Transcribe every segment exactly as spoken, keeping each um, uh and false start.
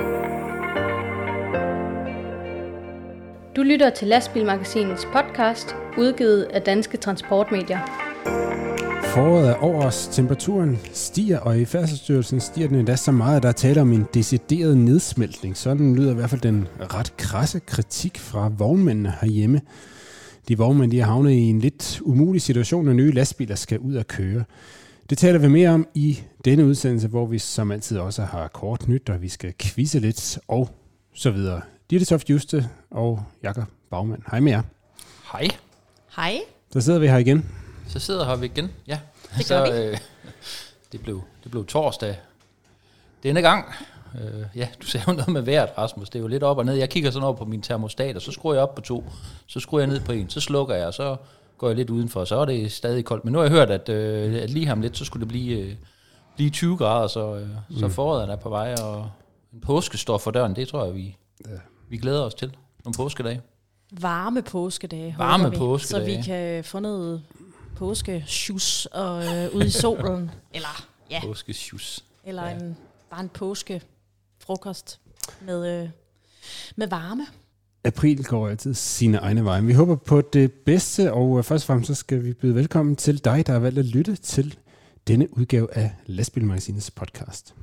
Du lytter til Lastbilmagasinets podcast, udgivet af Danske Transportmedier. Foråret er over os, temperaturen stiger, og i Færdselsstyrelsen stiger den endda så meget, at der er tale om en decideret nedsmeltning. Sådan lyder i hvert fald den ret krasse kritik fra vognmændene herhjemme. De vognmænd de er havnet i en lidt umulig situation, når nye lastbiler skal ud at køre. Det taler vi mere om i denne udsendelse, hvor vi som altid også har kort nyt, og vi skal quizze lidt og så videre. Ditte Toft Juste og Jakob Baumann. Hej med jer. Hej. Hej. Så sidder vi her igen. Så sidder her vi igen, ja. Det så, gør vi. Øh, det, blev, det blev torsdag denne gang. Øh, ja, du sagde jo noget med vejret, Rasmus. Det er jo lidt op og ned. Jeg kigger sådan over på min termostat, og så skruer jeg op på to. Så skruer jeg ned på en. Så slukker jeg, og så går jeg lidt udenfor. Så er det stadig koldt. Men nu har jeg hørt, at, øh, at lige ham lidt, så skulle det blive, øh, blive tyve grader. Så, øh, mm. så foråret er på vej, og en påske står for døren. Det tror jeg, vi, ja. vi glæder os til. Nogle påskedage. Varme påskedage. Varme vi, påskedage. Så vi kan få noget påskesjus og øh, ude i solen. Eller ja. Påskesjus. Eller ja. en, bare en påskefrokost med, øh, med varme. April går altid sine egne veje. Vi håber på det bedste, og først og fremmest så skal vi byde velkommen til dig, der har valgt at lytte til denne udgave af Lastbilmagasinets podcast.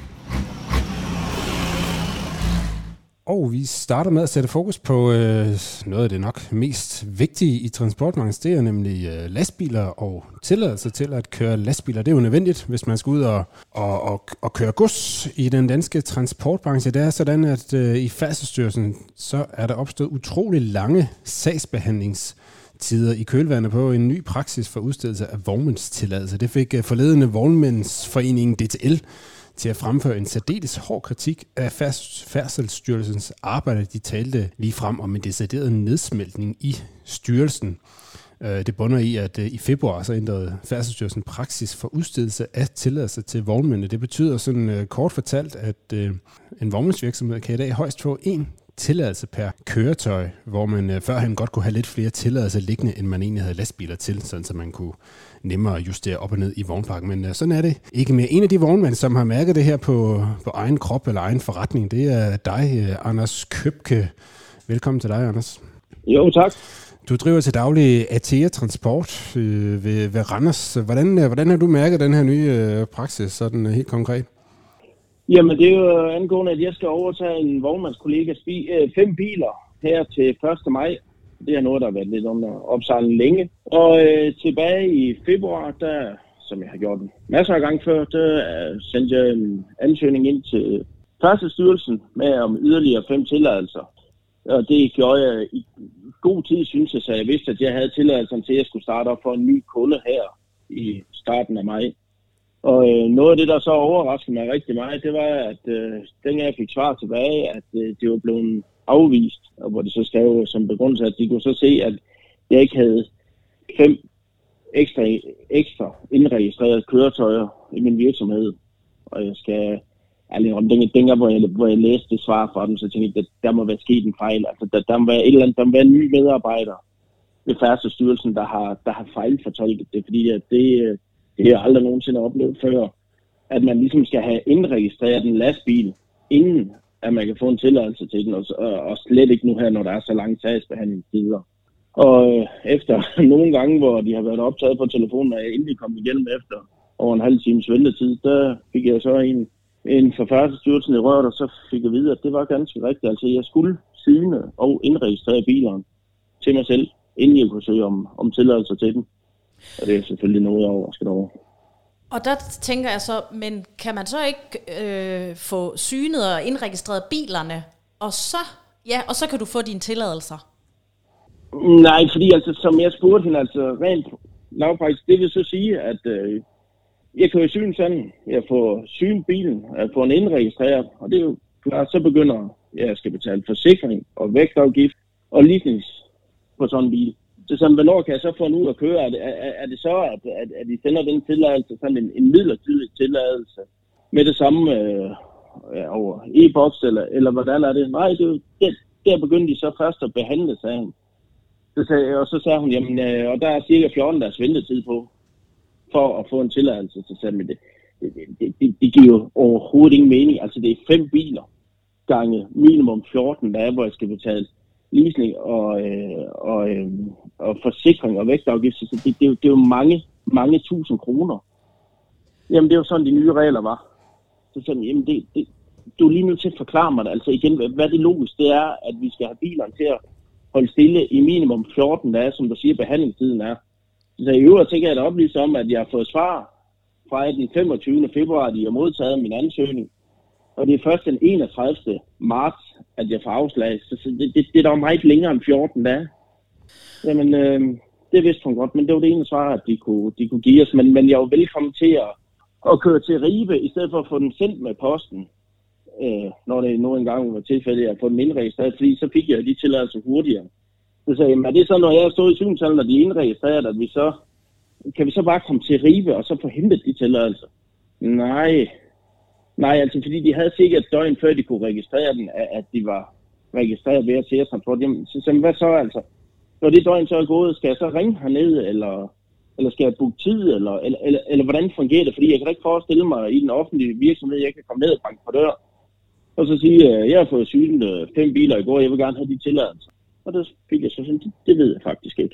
Og vi starter med at sætte fokus på øh, noget af det nok mest vigtige i transportmarkedet. Det er nemlig øh, lastbiler og tilladelser til at køre lastbiler. Det er jo nødvendigt, hvis man skal ud og, og, og, og køre gods i den danske transportbranche. Det er sådan, at øh, i Færdselsstyrelsen så er der opstået utrolig lange sagsbehandlingstider i kølvandet på en ny praksis for udstedelse af vognmandstilladelser. Det fik øh, forledende vognmændsforeningen D T L til at fremføre en særdeles hård kritik af Færdselsstyrelsens arbejde. De talte lige frem om en decideret nedsmeltning i styrelsen. Det bunder i, at i februar så ændrede Færdselsstyrelsen praksis for udstedelse af tilladelser til vognmændene. Det betyder sådan kort fortalt, at en vognmandsvirksomhed kan i dag højst få én tilladelse per køretøj, hvor man førhen godt kunne have lidt flere tilladelser liggende, end man egentlig havde lastbiler til, sådan så man kunne nemmere justere op og ned i vognparken. Men sådan er det ikke mere. En af de vognmænd, som har mærket det her på, på egen krop eller egen forretning, det er dig, Anders Købke. Velkommen til dig, Anders. Jo, tak. Du driver til daglig Atea Transport øh, ved, ved Randers. Hvordan, hvordan har du mærket den her nye øh, praksis, sådan helt konkret? Jamen, det er jo angående, at jeg skal overtage en vognmandskollegas bi- fem biler her til første maj. Det er noget, der har været lidt under opsejling længe. Og øh, tilbage i februar, der, som jeg har gjort masser af gange før, der øh, sendte jeg en ansøgning ind til Færdselsstyrelsen med om yderligere fem tilladelser. Og det gjorde jeg i god tid, synes jeg, så jeg vidste, at jeg havde tilladelsen til, at jeg skulle starte op for en ny kunde her i starten af maj. Og øh, noget af det, der så overraskede mig rigtig meget, det var, at øh, dengang jeg fik svar tilbage, at øh, det var blevet afvist, og hvor de så skrev som begrundelse, at de kunne så se, at jeg ikke havde fem ekstra, ekstra indregistrerede køretøjer i min virksomhed. Og jeg skal ærlig om, dengang hvor jeg, hvor jeg læste det svar fra dem, så tænkte jeg, at der må være sket en fejl. Altså, der, der må være et eller andet, der må være en ny medarbejder ved Færdselsstyrelsen, der har, der har fejlfortolket det, fordi at det, det har jeg aldrig nogensinde oplevet før, at man ligesom skal have indregistreret en lastbil, inden at man kan få en tilladelse til den, og, og slet ikke nu her, når der er så lange sagsbehandlingstider. Og øh, efter nogle gange, hvor de har været optaget på telefonen, og jeg endelig kom igennem efter over en halv times ventetid, der fik jeg så en, en fra Færdselsstyrelsen i røret, og så fik jeg at vide, at det var ganske rigtigt. Altså, jeg skulle syne og indregistrere bilerne til mig selv, inden jeg kunne søge om, om tilladelser til den. Og det er selvfølgelig noget, jeg overrasket over. Og der tænker jeg så, men kan man så ikke øh, få synet og indregistreret bilerne, og så, ja, og så kan du få dine tilladelser? Nej, fordi altså, som jeg spurgte hende, altså rent lavpraktisk, det vil så sige, at øh, jeg kan jo syne sådan, jeg får syne bilen, jeg får en indregistreret, og det er jo klart, så begynder jeg, jeg skal betale forsikring og vægtafgift og leasings på sådan en bil. Så sådan, hvornår kan jeg så få den ud at køre? Er det, er, er det så, at, at, at de sender den tilladelse, sådan en, en midlertidig tilladelse, med det samme øh, over e-boks, eller, eller hvordan er det? Nej, det, det, der begyndte de så først at behandle sagen. Så sagde, og så sagde hun, jamen, øh, og der er cirka fjorten dages ventetid på, for at få en tilladelse. Så sagde hun, det, det, det, det, det giver jo overhovedet ingen mening. Altså, det er fem biler. gange minimum fjorten dage, hvor jeg skal betale leasing og, øh, og, øh, og forsikring og vægtafgift. Så det, det, det, det er jo mange, mange tusind kroner. Jamen, det er jo sådan, de nye regler var. Så sådan, jamen, det, det, du er lige nødt til at forklare mig det. Altså igen, hvad det logisk det er, at vi skal have bilerne til at holde stille i minimum fjorten dage, som du siger, behandlingstiden er. Så i øvrigt tænker jeg da oplyse om, at jeg har fået svar fra den femogtyvende februar, de har modtaget min ansøgning. Og det er først den enogtredivte marts, at jeg får afslag. Så det, det, det er da meget længere end fjorten dage. Jamen, øh, det vidste hun godt, men det var det ene svar, at de kunne, de kunne give os. Men, men jeg var velkommen til at, at køre til Ribe, i stedet for at få den sendt med posten. Øh, når det nu engang var tilfældet at få den indregistreret, fordi så fik jeg de tilladelser hurtigere. Så sagde jeg, er det så, når jeg stod i syvende når de er indregistreret, at vi så, kan vi så bare komme til Ribe og så få hentet de tilladelser? Nej, nej, altså fordi de havde sikkert et døgn før de kunne registrere den, at de var registreret ved at se transport. Jamen, så sagde hvad så altså? Når det døgn så er gået, skal jeg så ringe herned, eller, eller skal jeg booke tid, eller, eller, eller, eller hvordan fungerer det? Fordi jeg kan da ikke forestille mig i den offentlige virksomhed, jeg kan komme ned og banke på dør. Og så sige, at jeg har fået synet fem biler i går, jeg vil gerne have de tilladelser. Og det fik jeg så sådan, det, det ved jeg faktisk ikke.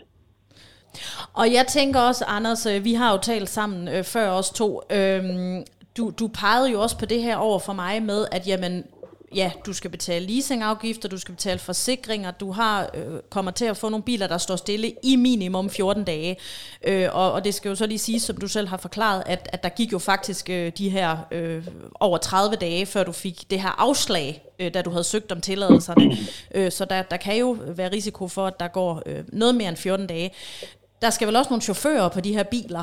Og jeg tænker også, Anders, vi har jo talt sammen øh, før os to. Øhm, du, du pegede jo også på det her over for mig med, at jamen, ja, du skal betale leasingafgifter, du skal betale forsikringer, du har øh, kommer til at få nogle biler, der står stille i minimum fjorten dage. Øh, og, og det skal jo så lige sige, som du selv har forklaret, at, at der gik jo faktisk øh, de her øh, over tredive dage, før du fik det her afslag, øh, da du havde søgt om tilladelserne. øh, så der, der kan jo være risiko for, at der går øh, noget mere end fjorten dage. Der skal vel også nogle chauffører på de her biler?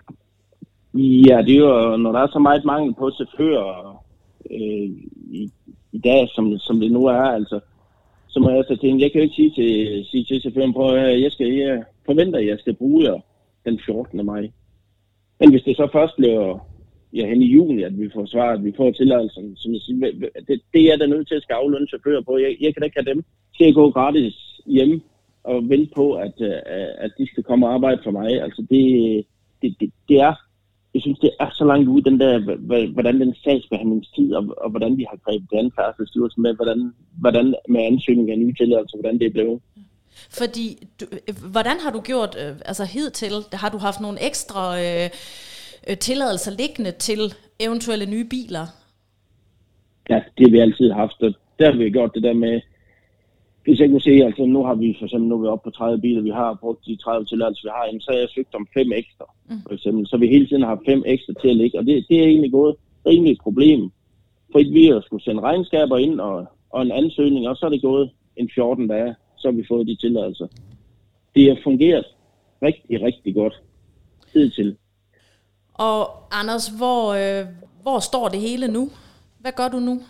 Ja, det er jo, når der er så meget mangel på chauffører øh, i i dag, som, som det nu er, altså, så må jeg så tænke, jeg kan jo ikke sige til, sige til chaufføren på, at jeg, skal, jeg forventer, at jeg skal bruge jer den fjortende maj. Men hvis det så først bliver ja, hen i juni, at vi får svar, at vi får tilladelsen, som jeg siger, det, det er der nødt til at skal aflønne chauffører på. Jeg, jeg kan da ikke have dem til at gå gratis hjem og vente på, at, at de skal komme og arbejde for mig. Altså, det, det, det, det er Jeg synes, det er så langt ude, den der, hvordan den sagsbehandlingstid, og, og hvordan vi har grebet det Færdselsstyrelsen med, hvordan, hvordan med ansøgning af nye tilladelser, hvordan det er blevet. Fordi, du, hvordan har du gjort, øh, altså hidtil, har du haft nogle ekstra øh, tilladelser liggende til eventuelle nye biler? Ja, det har vi altid haft, og der har vi gjort det der med, hvis jeg kunne se, altså nu har vi for eksempel, nu er vi oppe på tredive biler, vi har brugt de tredive tilladelser, vi har, så har jeg søgt om fem ekstra, for eksempel. Så vi hele tiden har fem ekstra til at ligge, og det, det er egentlig gået rimelig et problem. For ikke vi har skulle sende regnskaber ind og, og en ansøgning, og så er det gået en fjorten dage, så har vi fået de tilladelser. Det har fungeret rigtig, rigtig godt tid til. Og Anders, hvor, øh, hvor står det hele nu? Hvad gør du nu?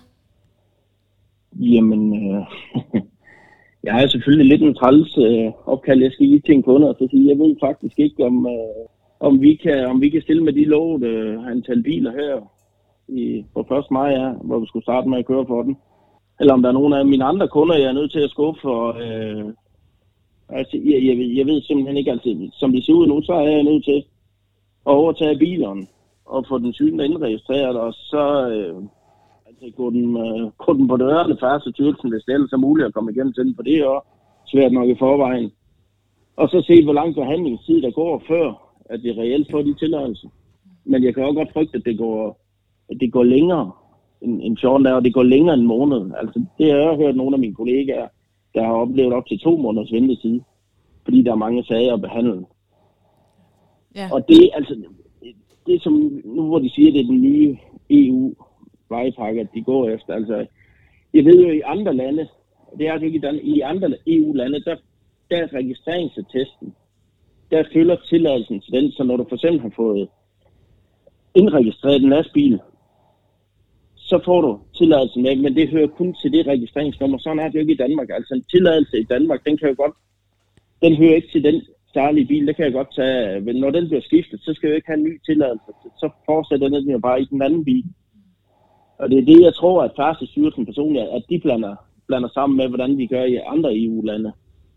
Jamen, øh, jeg er selvfølgelig lidt en træls øh, opkald, jeg skal lige tænke på noget, så sige, jeg ved faktisk ikke, om, øh, om, vi kan, om vi kan stille med de lovede øh, antal biler her i, på første maj, ja, hvor vi skulle starte med at køre for den. Eller om der er nogle af mine andre kunder, jeg er nødt til at skubbe for. Øh, altså, jeg, jeg, jeg ved simpelthen ikke, altså, som det ser ud nu, så er jeg nødt til at overtage bilerne og få den syvende indregistreret, og så øh, altså, gå, den, øh, gå den på dørene Færdselsstyrelsen, hvis det ellers er muligt at komme igennem til den, for det er jo svært nok i forvejen. Og så se, hvor lang behandlingstid der går, før at det reelt får de tilladelser. Men jeg kan også godt frygte, at det går, at det går længere end fjorten dage, og det går længere end en måned. Altså, det har jeg hørt nogle af mine kollegaer, der har oplevet op til to måneders ventetid, fordi der er mange sager at behandle. Ja. Og det, altså, det som, nu hvor de siger, det er den nye E U-vejpakke, at de går efter, altså, jeg ved jo i andre lande, det er altså ikke i, Dan- i andre E U-lande, der, der er registreringsattesten, der følger tilladelsen til den, så når du for eksempel har fået indregistreret en lastbil, så får du tilladelsen med, men det hører kun til det registreringsnummer. Sådan er det jo ikke i Danmark. Altså en tilladelse i Danmark, den kan jo godt, den hører ikke til den særlige bil, det kan jeg godt tage, men når den bliver skiftet, så skal jeg jo ikke have en ny tilladelse, så fortsætter den jo bare i den anden bil. Og det er det, jeg tror, at Færdselsstyrelsen personligt, at de blander, blander sammen med, hvordan de gør i andre E U-lande.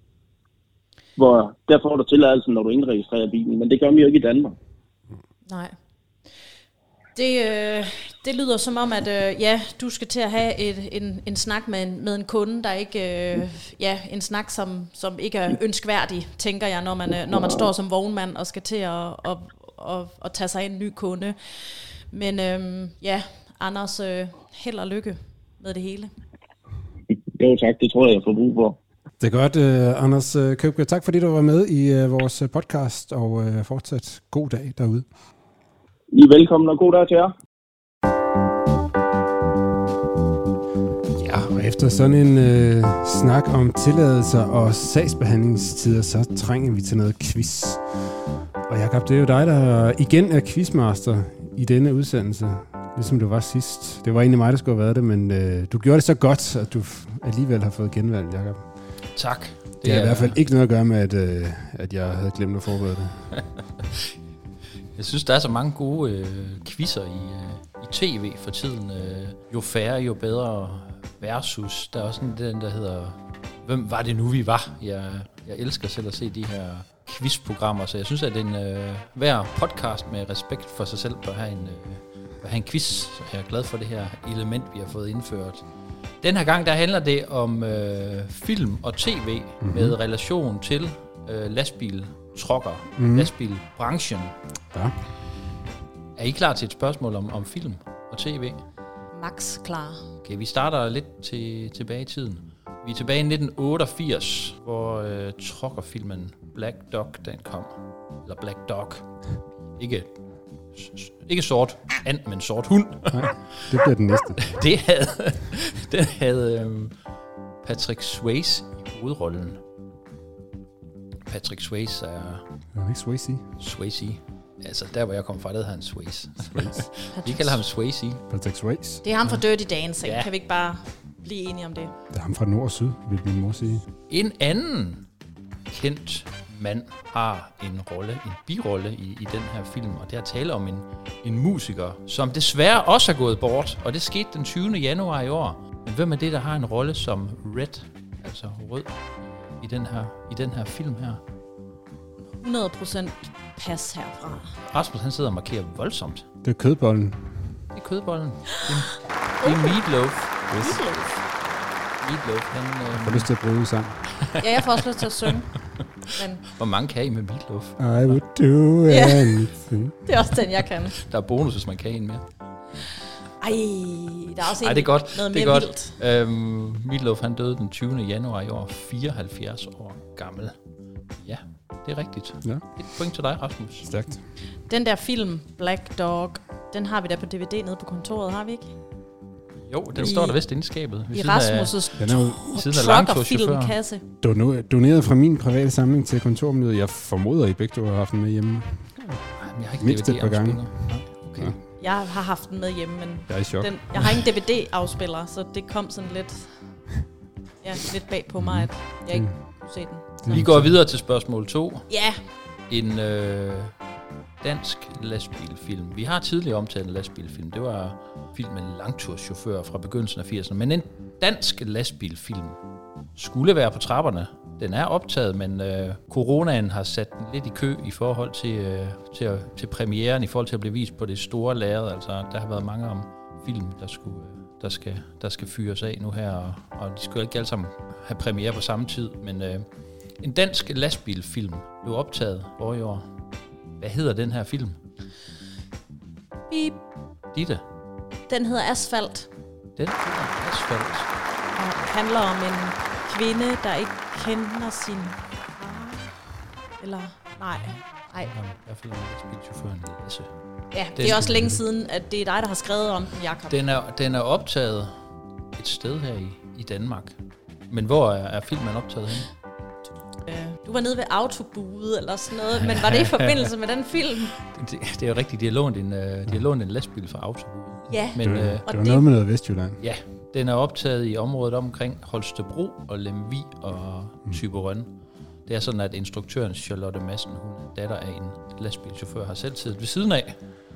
Hvor der får du tilladelsen, når du indregistrerer bilen, men det gør vi jo ikke i Danmark. Nej. Det, øh, Det lyder som om, at øh, ja, du skal til at have et, en, en snak med en, med en kunde, der ikke, øh, ja, en snak, som, som ikke er ønskværdig, tænker jeg, når man, øh, når man står som vognmand og skal til at, at, at, at tage sig en ny kunde. Men øh, ja, Anders, øh, held og lykke med det hele. Jo tak, det tror jeg, jeg får brug for. Det er godt, uh, Anders Købke. Tak fordi du var med i uh, vores podcast, og uh, fortsat god dag derude. I er velkommen, og god dag til jer. Ja, og efter sådan en øh, snak om tilladelser og sagsbehandlingstider, så trænger vi til noget quiz. Og Jakob, det er jo dig, der igen er quizmaster i denne udsendelse, ligesom du var sidst. Det var egentlig mig, der skulle have været det, men øh, du gjorde det så godt, at du alligevel har fået genvalg, Jakob. Tak. Det, det har er i hvert fald ikke noget at gøre med, at, øh, at jeg havde glemt at forberede det. Jeg synes, der er så mange gode øh, quizzer i, øh, i tv for tiden. Øh, jo færre, jo bedre versus. Der er også sådan den, der hedder, hvem var det nu, vi var? Jeg, jeg elsker selv at se de her quizprogrammer, så jeg synes, at en, øh, hver podcast med respekt for sig selv bør have en, øh, bør have en quiz. Så jeg er glad for det her element, vi har fået indført. Den her gang, der handler det om øh, film og tv mm-hmm. med relation til øh, lastbil, trucker, mm-hmm. lastbilbranchen. Ja. Er I klar til et spørgsmål om, om film og tv? Max klar. Okay, vi starter lidt til, tilbage i tiden. Vi er tilbage i nitten otteogfirs, hvor øh, truckerfilmen Black Dog, den kom. Eller Black Dog. Ikke, ikke sort and, men sort hund. Nej, det bliver den næste. det havde, den havde øh, Patrick Swayze i hovedrollen. Patrick Swayze er... Er det ikke Swayze? Swayze. Altså, der hvor jeg kom fra, det hedder han Swayze. Swayze. Vi kalder ham Swayze. Patrick Swayze. Det er ham fra Dirty Dancing. Ja. Kan vi ikke bare blive enige om det? Det er ham fra nord og syd, vil min mor sige. En anden kendt mand har en rolle, en birolle i, i den her film, og det er at tale om en, en musiker, som desværre også er gået bort, og det skete den tyvende januar i år. Men hvem er det, der har en rolle som Red, altså rød, i den her, i den her film her? hundrede procent pas herfra. Rasmus, han sidder og markerer voldsomt. Det er kødbollen. Det er kødbollen. Det er, det er Meatloaf. Yes. Meatloaf, han... Øh, Jeg får lyst til at bryde sang. Ja, jeg får også lyst til at synge. Men hvor mange kan I med Meatloaf? I would do Ja. anything. det er også den, jeg kan. Der er bonus, hvis man kan en mere. Ej, der er også Ej, en, det er godt. noget Det er mere godt. vildt. Øhm, Meatloaf, han døde den tyvende januar i år, fireoghalvfjerds år gammel. Ja, det er rigtigt. Ja, Et point til dig, Rasmus. stærkt. Den der film, Black Dog, den har vi da på D V D nede på kontoret, har vi ikke? Jo, den I- står der vist inde i skabet. Ved I siden af- Rasmus' Den er jo ved siden af langturschaufføren. truckerfilmkasse. dono- doneret fra min private samling til kontormiljøet. Jeg formoder, I begge to har haft den med hjemme. Jamen, jeg har ikke Mindst D V et par gange. D-afspiller. Nej, okay. Ja. Jeg har haft den med hjemme, men Jeg er i chok. den, jeg har ingen D V D-afspiller, så det kom sådan lidt, ja, lidt bag på mig, at jeg ikke kunne se den. Vi går videre til spørgsmål to. Ja, En øh, dansk lastbilfilm. Vi har tidligere omtalt en lastbilfilm. Det var filmen Langturschauffør fra begyndelsen af firserne. Men en dansk lastbilfilm skulle være på trapperne. Den er optaget, men øh, coronaen har sat den lidt i kø i forhold til, øh, til, at, til premieren, i forhold til at blive vist på det store lærred. Altså, der har været mange om film, der, skulle, øh, der, skal, der skal fyres af nu her, og, og de skulle ikke alle sammen have premiere på samme tid, men øh, en dansk lastbilfilm blev optaget forrige år. Hvad hedder den her film? Bip. Ditte. Den hedder Asfalt, Den hedder Asfalt. og handler om en kvinde, der ikke kender sin far. Eller, nej, nej. I hvert fald om lastbilchaufføren Lasse. Ja, det Den er også skal længe vi- siden, at det er dig, der har skrevet om den, Jakob. Den er, den er optaget et sted her i, i Danmark. Men hvor er, er filmen optaget henne? Øh, Du var nede ved autobudet eller sådan noget, men var det i forbindelse med den film? Det, det er jo rigtigt, de har lånt en, uh, de har lånt en lastbil fra autobudet. Ja. Men det, øh, var, og det var det- noget med noget Vestjylland. ja, den er optaget i området omkring Holstebro og Lemvig og mm. Thyborøn. Det er sådan, at instruktøren Charlotte Madsen, hun er datter af en lastbilchauffør, har selv siddet ved siden af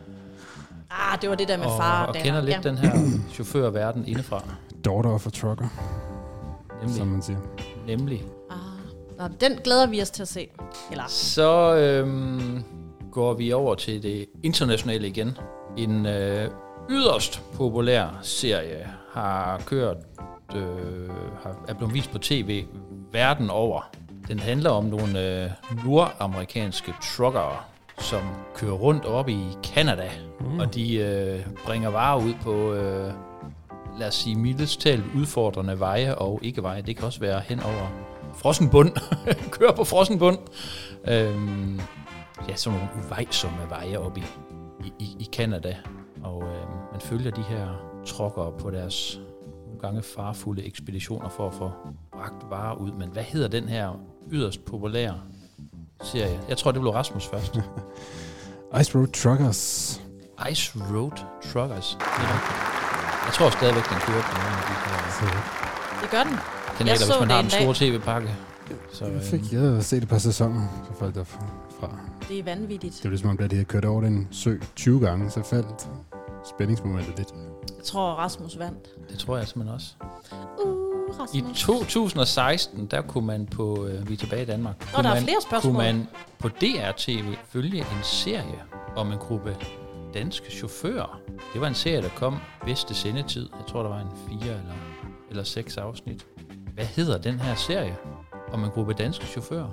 Ah, det var det der med og, far og der. kender lidt ja. den her chaufførverden indefra. Daughter of a trucker, Nemlig. som man siger. nemlig. Ah, nå, den glæder vi os til at se. Eller, Så øhm, går vi over til det internationale igen. En øh, yderst populær serie har kørt, øh, har, er blevet vist på tv verden over. Den handler om nogle øh, nordamerikanske truckere, som kører rundt op i Canada, mm. og de øh, bringer varer ud på, øh, lad os sige, mildest talt udfordrende veje og ikke veje. Det kan også være hen over frossen bund. Kører på frossen bund. Øhm, ja, sådan nogle uvejsomme veje op i, i, i Canada. Og øh, man følger de her truckere på deres nogle gange farfulde ekspeditioner for at få bragt varer ud. Men hvad hedder den her yderst populære serie? Jeg tror, det blev Rasmus først. Ice Road Truckers. Ice Road Truckers. Det er rigtigt. Jeg tror stadigvæk, den kører på nogle af de her. Det gør den. Den er, hvis man har en stor tv-pakke. Så, jeg fik jeg set et par sæsoner, så faldt der fra. Det er vanvittigt. Det var ligesom, om det havde kørt over den sø tyve gange, så faldt spændingsmomentet lidt. Jeg tror, Rasmus vandt. Det tror jeg simpelthen også. Uh, Rasmus. I to tusind og seksten, der kunne man på, øh, vi er tilbage i Danmark, Nå, der er man, flere spørgsmål. kunne man på D R T V følge en serie om en gruppe danske chauffører. Det var en serie, der kom bedste sendetid. Jeg tror, der var en fire eller, eller seks afsnit. Hvad hedder den her serie om en gruppe danske chauffører?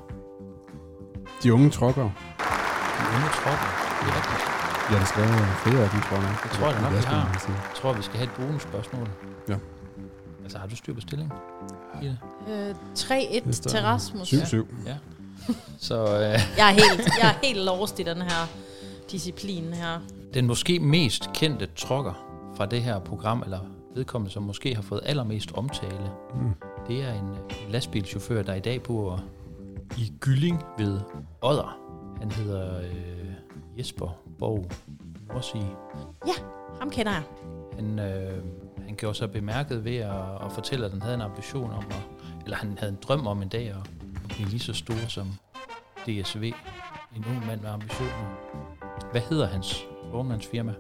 De unge truckere. De unge truckere, det er rigtigt. Ja, der skal være flere af dem, tror jeg. Det tror jeg nok, vi har. Jeg tror, vi skal have et bonusspørgsmål. Ja. Altså, har du styr på stillingen? Øh, tre et til Rasmus. syv syv. Ja. Så, øh. jeg, er helt, jeg er helt lost i den her disciplin her. Den måske mest kendte trucker fra det her program, eller vedkommende, som måske har fået allermest omtale, mm. det er en lastbilchauffør, der i dag bor i Gylling ved Odder. Han hedder øh, Jesper Borg Nordsige. Ja, ham kender jeg. Han, øh, han gjorde sig bemærket ved at, at fortælle, at han havde en ambition om, at, eller han havde en drøm om en dag at, at blive lige så stor som D S V. En ung mand med ambitioner. Hvad hedder hans vognmandsfirma?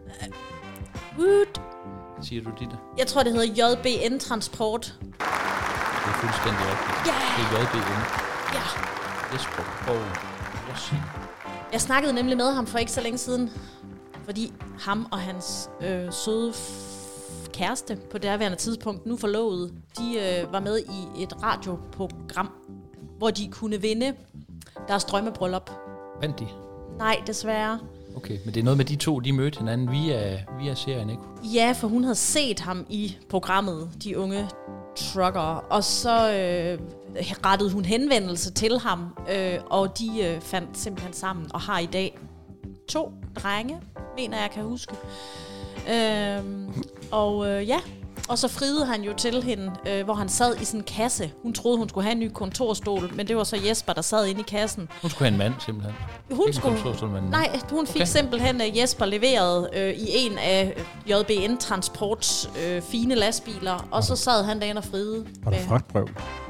Woot. Siger du dit? Jeg tror, det hedder J B N Transport. Det er fuldstændig rigtigt. Yeah. Det er J B N. Ja. Jesper Borg Nordsige. Jeg snakkede nemlig med ham for ikke så længe siden, fordi ham og hans øh, søde f- kæreste på derværende tidspunkt, nu forlovede, de øh, var med i et radioprogram, hvor de kunne vinde deres drømmebryllup. Vandt de? Nej, desværre. Okay, men det er noget med de to, de mødte hinanden via, via serien, ikke? Ja, for hun havde set ham i programmet, De Unge Truckere, og så øh, rettede hun henvendelse til ham, øh, og de øh, fandt simpelthen sammen og har i dag to drenge, mener jeg kan huske. Øh, og øh, ja, og så friede han jo til hende, øh, hvor han sad i sådan en kasse. Hun troede, hun skulle have en ny kontorstol, men det var så Jesper, der sad inde i kassen. Hun skulle have en mand, simpelthen. Hun ikke skulle, kontorstol, men nej, hun fik okay. simpelthen uh, Jesper leveret øh, i en af J B N Transports øh, fine lastbiler, og så sad han derinde og friede. Var der fragtbrev?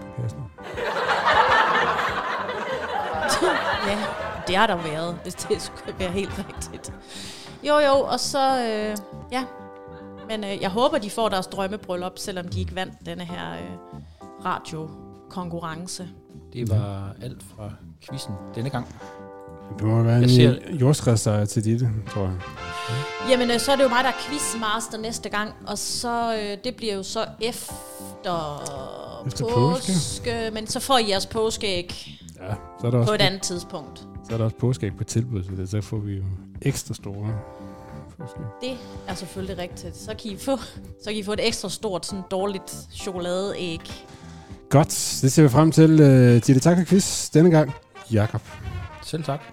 Ja, det har der været, hvis det skulle være helt rigtigt. Jo, jo, og så, øh, ja. Men øh, jeg håber, de får deres drømmebryllup, selvom de ikke vandt denne her øh, radiokonkurrence. Det var alt fra quizzen denne gang. Det må være en ser... jordskredssejr til dit, tror jeg. Jamen, øh, så er det jo mig, der er quizmaster næste gang, og så øh, det bliver jo så efter, efter påske, påske, men så får I jeres påskeæg ja, så er der også på et andet tidspunkt. Så er der også påskeæg på tilbud, så, det, så får vi jo ekstra store påskeæg. Det er selvfølgelig rigtigt. Så kan I få, så kan I få et ekstra stort, sådan dårligt chokoladeæg. Godt, det ser vi frem til. Uh, til det tak for quiz denne gang, Jakob. Selv tak.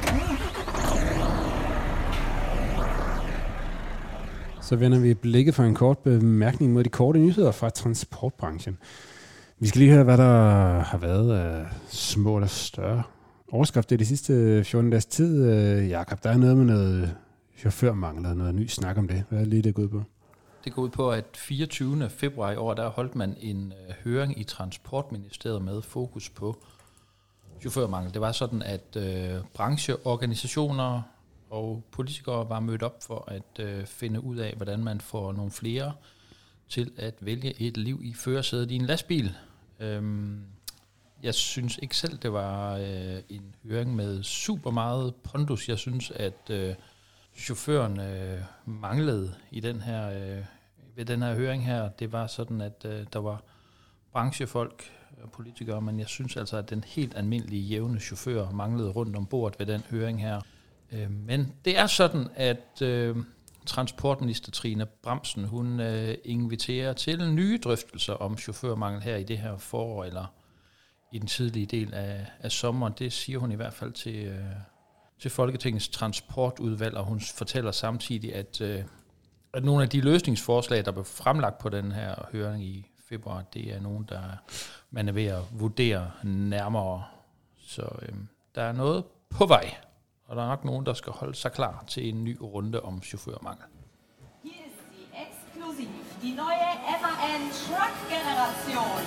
Så vender vi blikket for en kort bemærkning mod de korte nyheder fra transportbranchen. Vi skal lige høre, hvad der har været af små eller større overskrifter de sidste fjorten dages tid. Jakob, der er noget med noget chaufførmangel og noget ny snak om det. Hvad er lige det gået på? Det går ud på, at fireogtyvende februar i år, der holdt man en øh, høring i Transportministeriet med fokus på chaufførmangel. Det var sådan, at øh, brancheorganisationer og politikere var mødt op for at øh, finde ud af, hvordan man får nogle flere til at vælge et liv i førersædet i en lastbil. Øhm, jeg synes ikke selv, det var øh, en høring med super meget pondus. Jeg synes, at øh, chaufføren øh, manglede i den her, øh, ved den her høring her. Det var sådan, at øh, der var branchefolk og politikere, men jeg synes altså, at den helt almindelige jævne chauffør manglede rundt om bordet ved den høring her. Øh, men det er sådan, at øh, transportminister Trine Bramsen, hun øh, inviterer til nye drøftelser om chaufførmangel her i det her forår, eller i den tidlige del af, af sommeren. Det siger hun i hvert fald til, øh, til Folketingets transportudvalg, og hun fortæller samtidig, at, øh, at nogle af de løsningsforslag, der blev fremlagt på den her høring i februar, det er nogen, der man er ved at vurdere nærmere. Så øh, der er noget på vej, og der er nok nogen, der skal holde sig klar til en ny runde om chaufførmangel. Hier ist sie exklusiv, die neue M A N Truck Generation.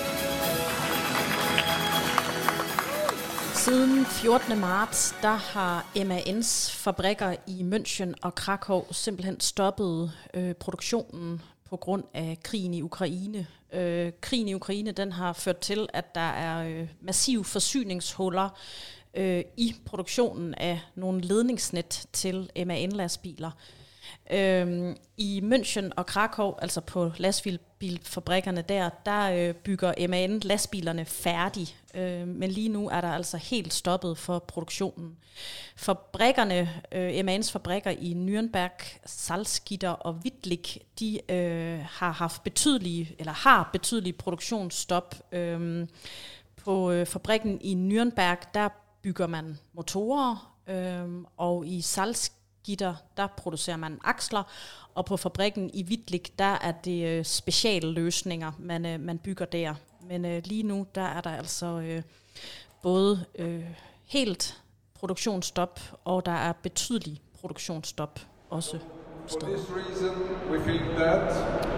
Siden fjortende marts, der har M A N's fabrikker i München og Krakow simpelthen stoppet øh, produktionen på grund af krigen i Ukraine. Øh, krigen i Ukraine, den har ført til, at der er øh, massive forsyningshuller øh, i produktionen af nogle ledningsnet til M A N-lastbiler. Øhm, I München og Krakow, altså på lastbilfabrikkerne der, der øh, bygger M A N lastbilerne færdig, øh, men lige nu er der altså helt stoppet for produktionen. Fabrikkerne, øh, M A N's fabrikker i Nürnberg, Salzgitter og Wittlich, de øh, har haft betydelige, eller har betydelige produktionsstop. Øh, på øh, fabrikken i Nürnberg, der bygger man motorer, øh, og i Salzgitter, Gitter, der producerer man aksler, og på fabrikken i Wittlich, der er det øh, speciale løsninger, man, øh, man bygger der. Men øh, lige nu, der er der altså øh, både øh, helt produktionsstop, og der er betydelig produktionsstop også. For this reason, we think that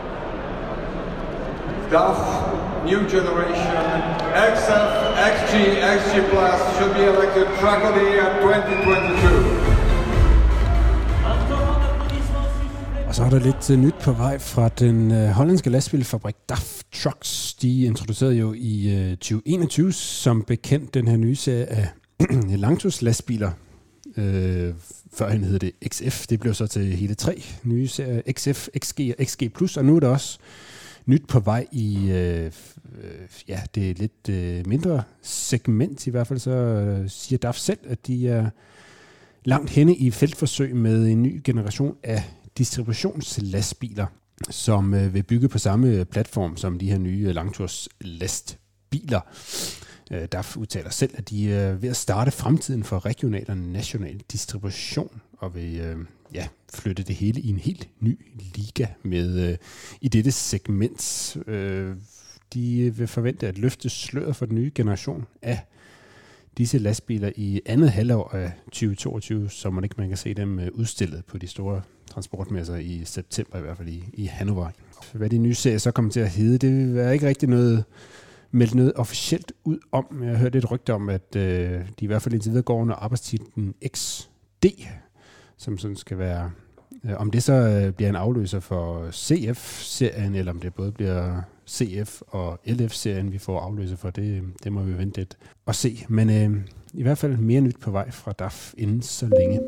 D A F, New Generation, X F, X G, X G Plus should be elected Truck of the Year twenty twenty-two. Og så er der lidt uh, nyt på vej fra den uh, hollandske lastbilfabrik D A F Trucks. De introducerede jo i uh, tyve enogtyve som bekendt den her nye serie af Langtus lastbiler. Uh, førhen hed det X F, det blev så til hele tre nye serier, X F, X G og X G plus, og nu er der også nyt på vej i uh, ja, det er lidt uh, mindre segment, i hvert fald så uh, siger D A F selv, at de er langt henne i feltforsøg med en ny generation af distributionslastbiler, som øh, vil bygge på samme platform som de her nye langturs lastbiler. Øh, D A F udtaler selv, at de er ved at starte fremtiden for regional og national distribution, og vil øh, ja, flytte det hele i en helt ny liga med øh, i dette segment. Øh, de vil forvente at løfte sløret for den nye generation af disse lastbiler i andet halvår af tyve toogtyve, så man ikke man kan se dem udstillet på de store transportmesser i september, i hvert fald i, i Hannover. Hvad de nye serier så kommer til at hedde, det er ikke rigtig noget meldt noget officielt ud om. Jeg har hørt et rygte om, at øh, de i hvert fald indtil videre går under arbejdstitlen X D, som sådan skal være, øh, om det så øh, bliver en afløser for C F-serien, eller om det både bliver C F og L F-serien, vi får afløser for, det, det må vi vente lidt og se. Men øh, i hvert fald mere nyt på vej fra D A F inden så længe.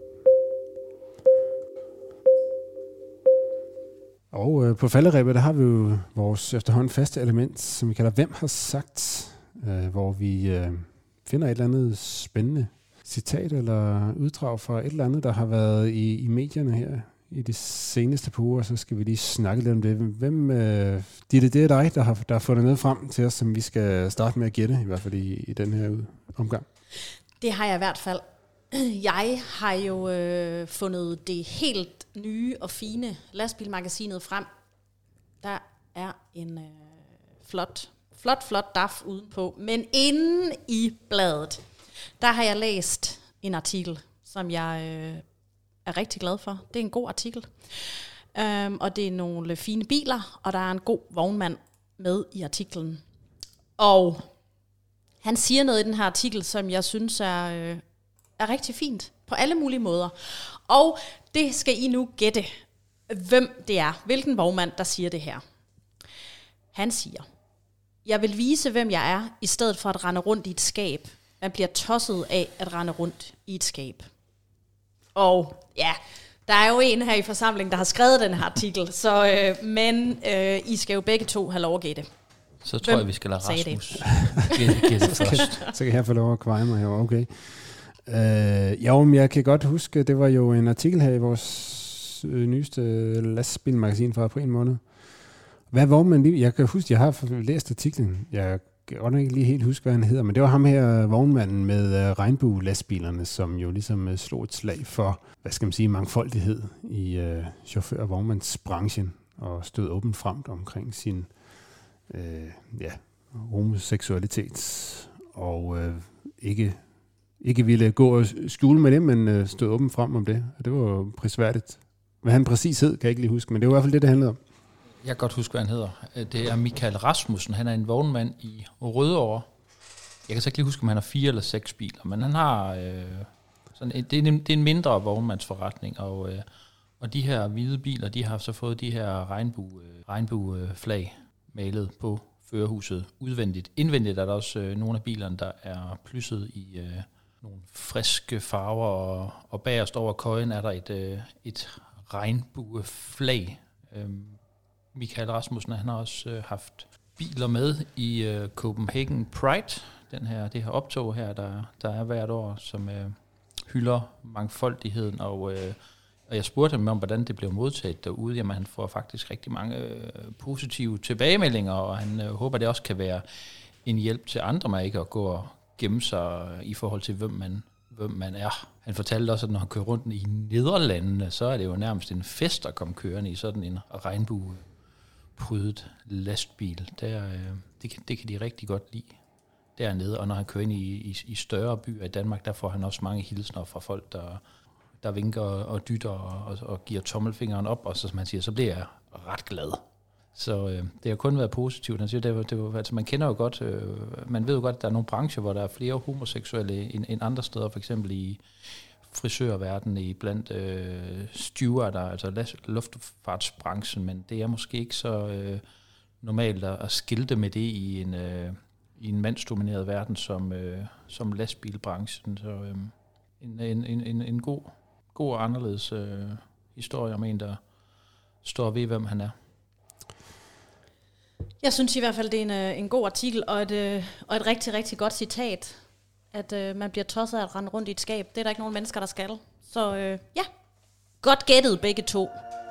Og øh, på falderebet, der har vi jo vores efterhånden faste element, som vi kalder Hvem har sagt, øh, hvor vi øh, finder et eller andet spændende citat eller uddrag fra et eller andet, der har været i, i medierne her i de seneste par uger, så skal vi lige snakke lidt om det. Hvem, øh, det, det er dig, der har, der har fundet noget frem til os, som vi skal starte med at gætte, i hvert fald i, i den her omgang. Det har jeg i hvert fald. Jeg har jo øh, fundet det helt nye og fine lastbilmagasinet frem. Der er en øh, flot, flot, flot D A F udenpå. Men inde i bladet, der har jeg læst en artikel, som jeg øh, er rigtig glad for. Det er en god artikel. Um, og det er nogle fine biler, og der er en god vognmand med i artiklen. Og han siger noget i den her artikel, som jeg synes er, øh, er rigtig fint på alle mulige måder. Og det skal I nu gætte, hvem det er, hvilken vognmand, der siger det her. Han siger, jeg vil vise, hvem jeg er, i stedet for at rende rundt i et skab. Man bliver tosset af at rende rundt i et skab. Og ja, der er jo en her i forsamlingen, der har skrevet den her artikel, så, øh, men øh, I skal jo begge to have lov at gætte. Så tror Hvem jeg, vi skal lade Rasmus gætte først. Så kan jeg få lov at kveje mig, jo, okay. Øh, jo, men jeg kan godt huske, det var jo en artikel her i vores øh, nyeste lastbilmagasin fra april måned. Hvad var man lige? Jeg kan huske, jeg har læst artiklen. Jeg kan godt ikke lige helt huske, hvad han hedder, men det var ham her, vognmanden med uh, regnbue-lastbilerne, som jo ligesom uh, slog et slag for, hvad skal man sige, mangfoldighed i uh, chauffør- og vognmandsbranchen, og stod åbent frem omkring sin uh, ja, homoseksualitet, og uh, ikke, ikke ville gå og skjule med det, men uh, stod åbent frem om det, og det var jo prisværdigt. Hvad han præcis hed, kan jeg ikke lige huske, men det var i hvert fald det, det handlede om. Jeg kan godt huske, hvad han hedder. Det er Michael Rasmussen. Han er en vognmand i Rødovre. Jeg kan så ikke lige huske, om han har fire eller seks biler, men han har... Øh, sådan en, det, er en, det er en mindre vognmandsforretning, og, øh, og de her hvide biler, de har så fået de her regnbue, regnbueflag malet på førerhuset udvendigt. Indvendigt er der også øh, nogle af bilerne, der er plysset i øh, nogle friske farver, og, og bagerst over køjen er der et, øh, et regnbueflag. Øh, Michael Rasmussen, han har også øh, haft biler med i øh, Copenhagen Pride, den her, det her optog her, der, der er hvert år, som øh, hylder mangfoldigheden, og, øh, og jeg spurgte ham om, hvordan det blev modtaget derude. Jamen, han får faktisk rigtig mange øh, positive tilbagemeldinger, og han øh, håber, det også kan være en hjælp til andre, man ikke at gå og gemme sig i forhold til, hvem man, hvem man er. Han fortalte også, at når han kører rundt i Nederlandene, så er det jo nærmest en fest at komme kørende i sådan en regnbue prydet lastbil. Der, øh, det, kan, det kan de rigtig godt lide dernede, og når han kører ind i, i, i større byer i Danmark, der får han også mange hilsner fra folk, der, der vinker og dytter og, og, og giver tommelfingeren op, og så, som han siger, så bliver jeg ret glad. Så øh, det har kun været positivt. Han siger, det, det, altså, man kender jo godt, øh, man ved jo godt, at der er nogle brancher, hvor der er flere homoseksuelle end, end andre steder, for eksempel i frisørverdenen, i blandt øh, stewarder, altså luftfartsbranchen, men det er måske ikke så øh, normalt at, at skilte med det i en, øh, i en mandsdomineret verden som, øh, som lastbilbranchen. Så øh, en, en, en, en god, god og anderledes øh, historie om en, der står ved, hvem han er. Jeg synes i hvert fald, det er en, en god artikel, og et, og et rigtig, rigtig godt citat, at øh, man bliver tosset af at rende rundt i et skab. Det er der ikke nogen mennesker, der skal. Så øh, ja, godt gættet begge to.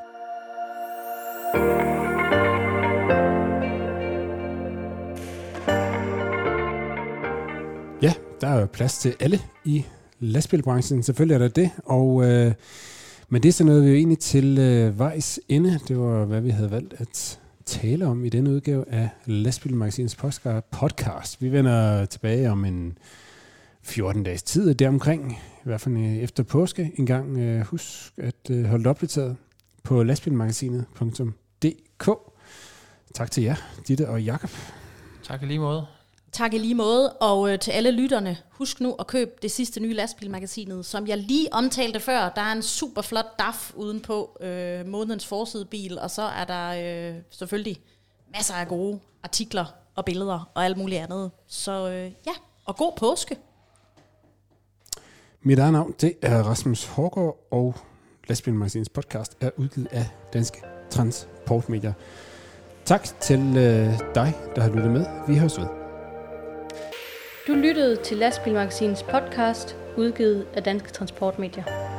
Ja, der er jo plads til alle i lastbilbranchen. Selvfølgelig er der det, og øh, men det er så noget, vi jo egentlig til øh, vejs ende. Det var, hvad vi havde valgt at tale om i denne udgave af Lastbilmagasinets podcast. Vi vender tilbage om en fjorten dages tid deromkring, i hvert fald efter påske en gang. Husk at holde opdateret på lastbilmagasinet punktum d k. Tak til jer, Ditte og Jakob. Tak i lige måde. Tak i lige måde, og øh, til alle lytterne, husk nu at købe det sidste nye lastbilmagasinet, som jeg lige omtalte før. Der er en super flot D A F udenpå, øh, månedens forsidebil, og så er der øh, selvfølgelig masser af gode artikler og billeder og alt muligt andet. Så øh, ja, og god påske. Mit eget navn, det er Rasmus Hårgaard, og Lastbilmagasinets podcast er udgivet af Danske Transportmedier. Tak til øh, dig, der har lyttet med. Vi høres ved. Du lyttede til Lastbilmagasinets podcast, udgivet af Danske Transportmedier.